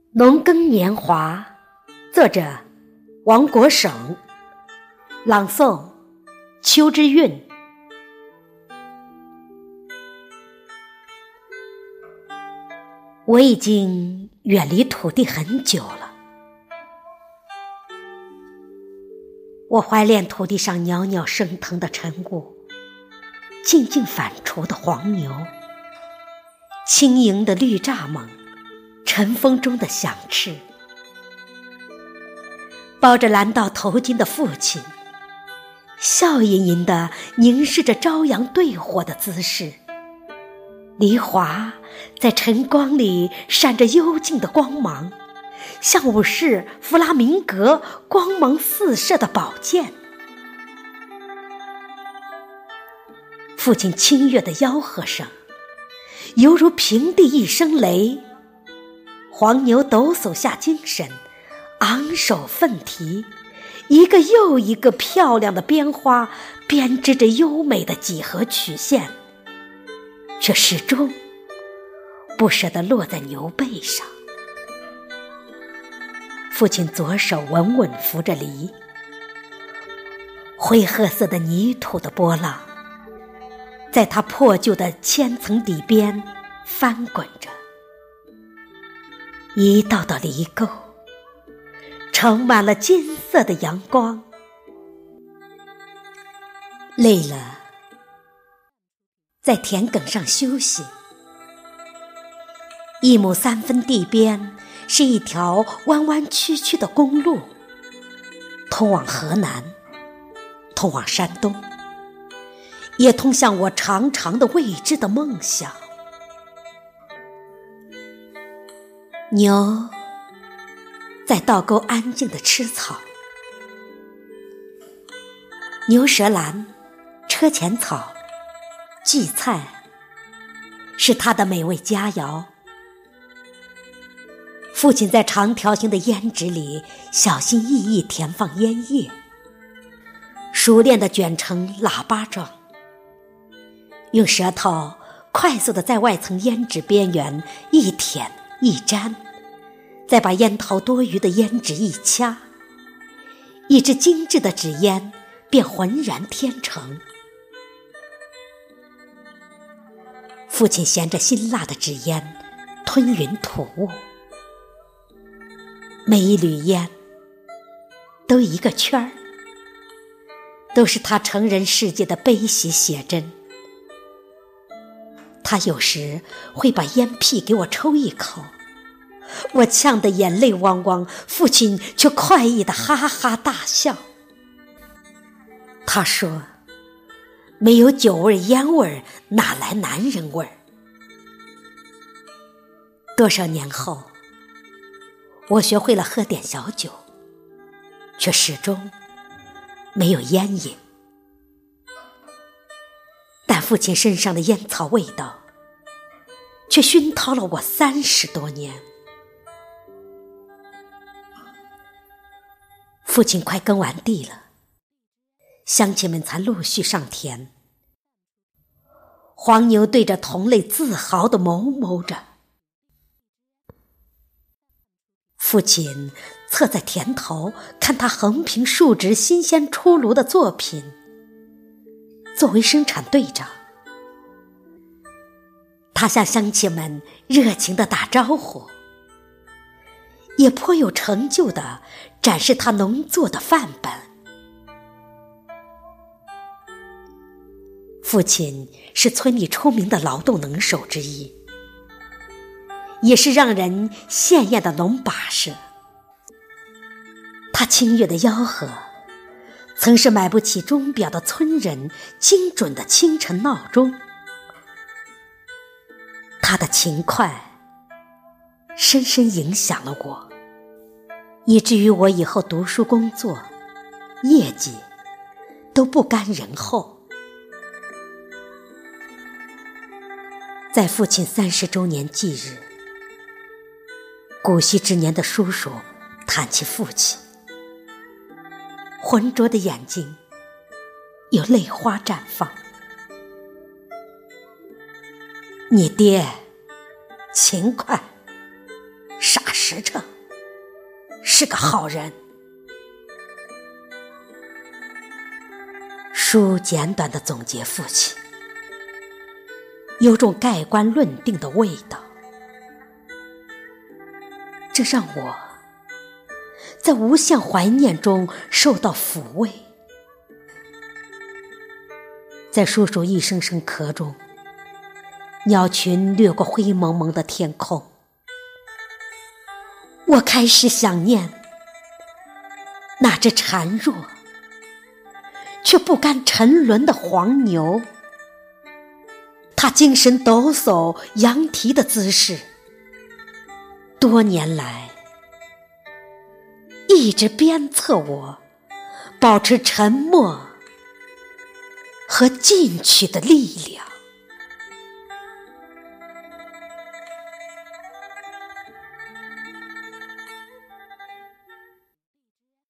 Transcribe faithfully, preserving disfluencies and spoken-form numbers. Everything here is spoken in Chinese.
农耕年华，作者王国省，朗诵邱之韵。我已经远离土地很久了，我怀恋土地上袅袅升腾的晨雾，静静反刍的黄牛，轻盈的绿蚱蜢，晨风中的响翅。包着蓝道头巾的父亲，笑吟吟地凝视着朝阳对火的姿势。梨花在晨光里闪着幽静的光芒，像武士弗拉明戈光芒四射的宝剑。父亲清越的吆喝声，犹如平地一声雷。黄牛抖擞下精神，昂首奋蹄，一个又一个漂亮的编花编织着优美的几何曲线，却始终不舍得落在牛背上。父亲左手稳稳扶着犁，灰褐色的泥土的波浪在他破旧的千层底边翻滚着，一道道犁沟盛满了金色的阳光。累了，在田埂上休息。一亩三分地边是一条弯弯曲曲的公路，通往河南，通往山东，也通向我长长的未知的梦想。牛在稻沟安静地吃草，牛舌兰、车前草、荠菜是它的美味佳肴。父亲在长条形的烟纸里小心翼翼填放烟叶，熟练地卷成喇叭状，用舌头快速地在外层烟纸边缘一舔一沾，再把烟头多余的烟纸一掐，一支精致的纸烟便浑然天成。父亲衔着辛辣的纸烟吞云吐雾，每一缕烟都一个圈儿，都是他成人世界的悲喜写真。他有时会把烟屁给我抽一口，我呛得眼泪汪汪，父亲却快意地哈哈大笑。他说，没有酒味烟味，哪来男人味？多少年后，我学会了喝点小酒，却始终没有烟瘾。但父亲身上的烟草味道却熏陶了我三十多年。父亲快耕完地了，乡亲们才陆续上田。黄牛对着同类自豪地哞哞着。父亲侧在田头看他横平竖直新鲜出炉的作品。作为生产队长，他向乡亲们热情地打招呼，也颇有成就地展示他农作的范本。父亲是村里出名的劳动能手之一，也是让人羡艳的农把式。他清越的吆喝曾是买不起钟表的村人精准的清晨闹钟。他的勤快深深影响了我，以至于我以后读书工作业绩都不甘人后。在父亲三十周年忌日，古稀之年的叔叔谈起父亲，浑浊的眼睛有泪花绽放。你爹勤快，傻事。 实诚，是个好人。书简短地总结父亲，有种盖棺论定的味道，这让我在无限怀念中受到抚慰。在叔叔一声声咳中，鸟群掠过灰蒙蒙的天空，我开始想念那只孱弱却不甘沉沦的黄牛，它精神抖擞扬蹄的姿势，多年来一直鞭策我保持沉默和进取的力量。